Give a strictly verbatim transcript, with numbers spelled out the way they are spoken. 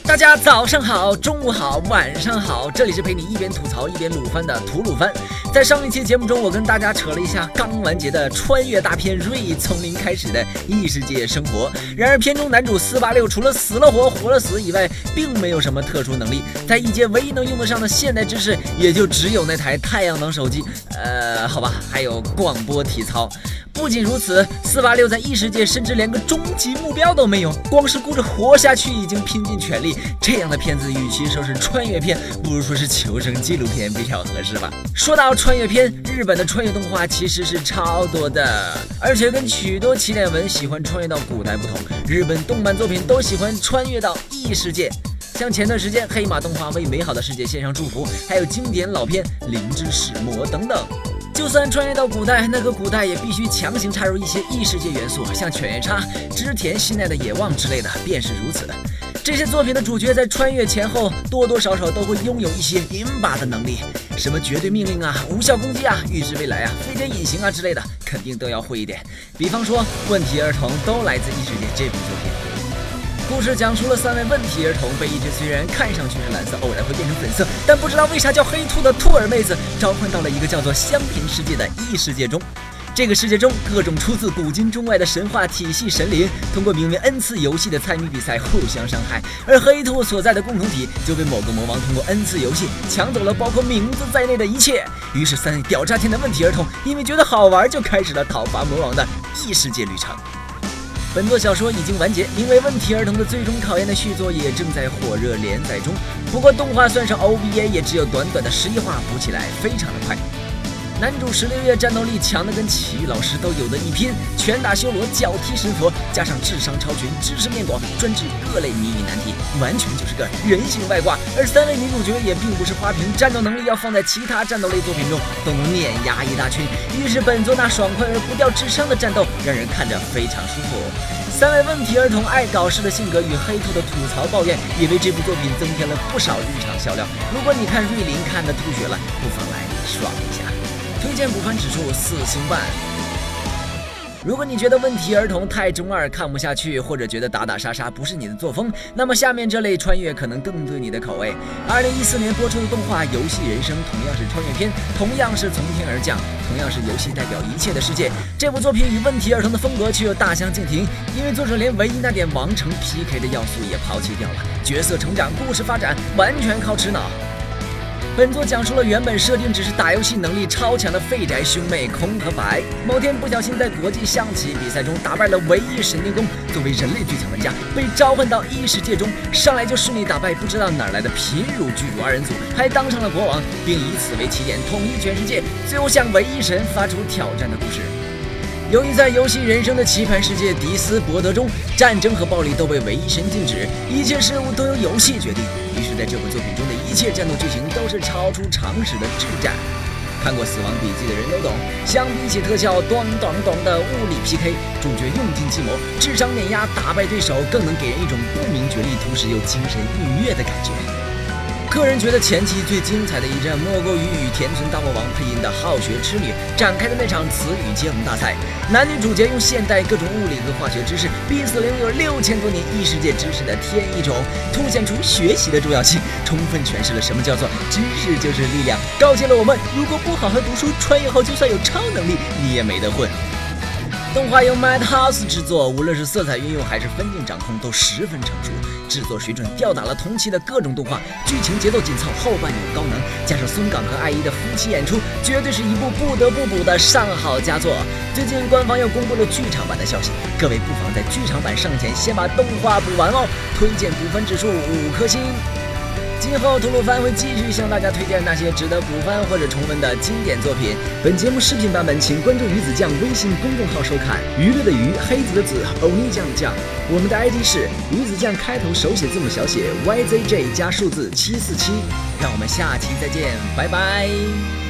大家早上好，中午好，晚上好，这里是陪你一边吐槽一边鲁番的吐鲁番。在上一期节目中，我跟大家扯了一下刚完结的穿越大片《瑞从零开始的异世界生活》。然而片中男主四八六除了死了活活了死以外，并没有什么特殊能力，在异界唯一能用得上的现代知识，也就只有那台太阳能手机，呃，好吧，还有广播体操。不仅如此，四八六在异世界甚至连个终极目标都没有，光是顾着活下去已经拼尽全力。这样的片子与其说是穿越片，不如说是求生纪录片比较合适吧。说到穿越片，日本的穿越动画其实是超多的，而且跟许多起点文喜欢穿越到古代不同，日本动漫作品都喜欢穿越到异世界。像前段时间黑马动画为美好的世界献上祝福，还有经典老片灵之使魔等等。就算穿越到古代，那个古代也必须强行插入一些异世界元素，像犬夜叉、织田信奈的野望之类的，便是如此的。这些作品的主角在穿越前后，多多少少都会拥有一些银把的能力，什么绝对命令啊、无效攻击啊、预知未来啊、飞天隐形啊之类的，肯定都要会一点。比方说，问题儿童都来自异世界这部作品。故事讲述了三位问题儿童被一只虽然看上去是蓝色，偶然会变成粉色，但不知道为啥叫黑兔的兔儿妹子召唤到了一个叫做香平世界的异世界中。这个世界中，各种出自古今中外的神话体系神灵，通过名为恩赐游戏的猜谜比赛互相伤害，而黑兔所在的共同体就被某个魔王通过恩赐游戏抢走了包括名字在内的一切。于是三位屌炸天的问题儿童因为觉得好玩，就开始了讨伐魔王的异世界旅程。本作小说已经完结，名为《问题儿童的最终考验》的续作也正在火热连载中。不过动画算上 O V A 也只有短短的十一话，补起来非常的快。男主十六月战斗力强的跟奇遇老师都有的一拼，拳打修罗，脚踢神佛，加上智商超群，知识面广，专治各类谜语难题，完全就是个人形外挂。而三位女主角也并不是花瓶，战斗能力要放在其他战斗类作品中都能碾压一大群。于是本作那爽快而不掉智商的战斗，让人看着非常舒服。三位问题儿童爱搞事的性格与黑兔的吐槽抱怨，也为这部作品增添了不少日常笑料。如果你看瑞林看的吐血了，不妨来爽一下。推荐补番指数四星半。如果你觉得问题儿童太中二看不下去，或者觉得打打杀杀不是你的作风，那么下面这类穿越可能更对你的口味。二零一四年播出的动画《游戏人生》同样是穿越片，同样是从天而降，同样是游戏代表一切的世界。这部作品与问题儿童的风格却又大相径庭，因为作者连唯一那点王城 P K 的要素也抛弃掉了，角色成长、故事发展完全靠吃脑。本作讲述了原本设定只是打游戏能力超强的废宅兄妹空和白，某天不小心在国际象棋比赛中打败了唯一神殿公，作为人类最强玩家被召唤到异世界中，上来就顺利打败不知道哪来的贫乳巨乳二人组，还当上了国王，并以此为起点统一全世界，最后向唯一神发出挑战的故事。由于在游戏人生的棋盘世界迪斯伯德中，战争和暴力都被唯一神禁止，一切事物都由游戏决定。于是在这部作品中的一切战斗剧情都是超出常识的智战。看过《死亡笔记》的人都懂，相比起特效咚咚咚的物理 P K， 主角用尽计谋，智商碾压打败对手，更能给人一种不明觉厉，同时又精神愉悦的感觉。个人觉得前期最精彩的一战，莫过于与田村大魔王配音的好学痴女展开的那场词语接龙大赛。男女主角用现代各种物理和化学知识，逼死了拥有六千多年异世界知识的天异种，凸显出学习的重要性，充分诠释了什么叫做知识就是力量，告诫了我们，如果不好好读书，穿越后就算有超能力，你也没得混。动画由 Madhouse 制作，无论是色彩运用还是分镜掌控都十分成熟，制作水准吊打了同期的各种动画，剧情节奏紧凑，后半有高能，加上松冈和爱一的夫妻演出，绝对是一部不得不补的上好佳作。最近官方又公布了剧场版的消息，各位不妨在剧场版上前先把动画补完哦。推荐补番指数五颗星。今后吐鲁番会继续向大家推荐那些值得补番或者重温的经典作品。本节目视频版本请关注鱼子酱微信公众号收看。娱乐的娱，黑子的子，欧尼酱的酱。我们的 I D 是鱼子酱，开头手写字母小写 Y Z J 加数字七四七。让我们下期再见，拜拜。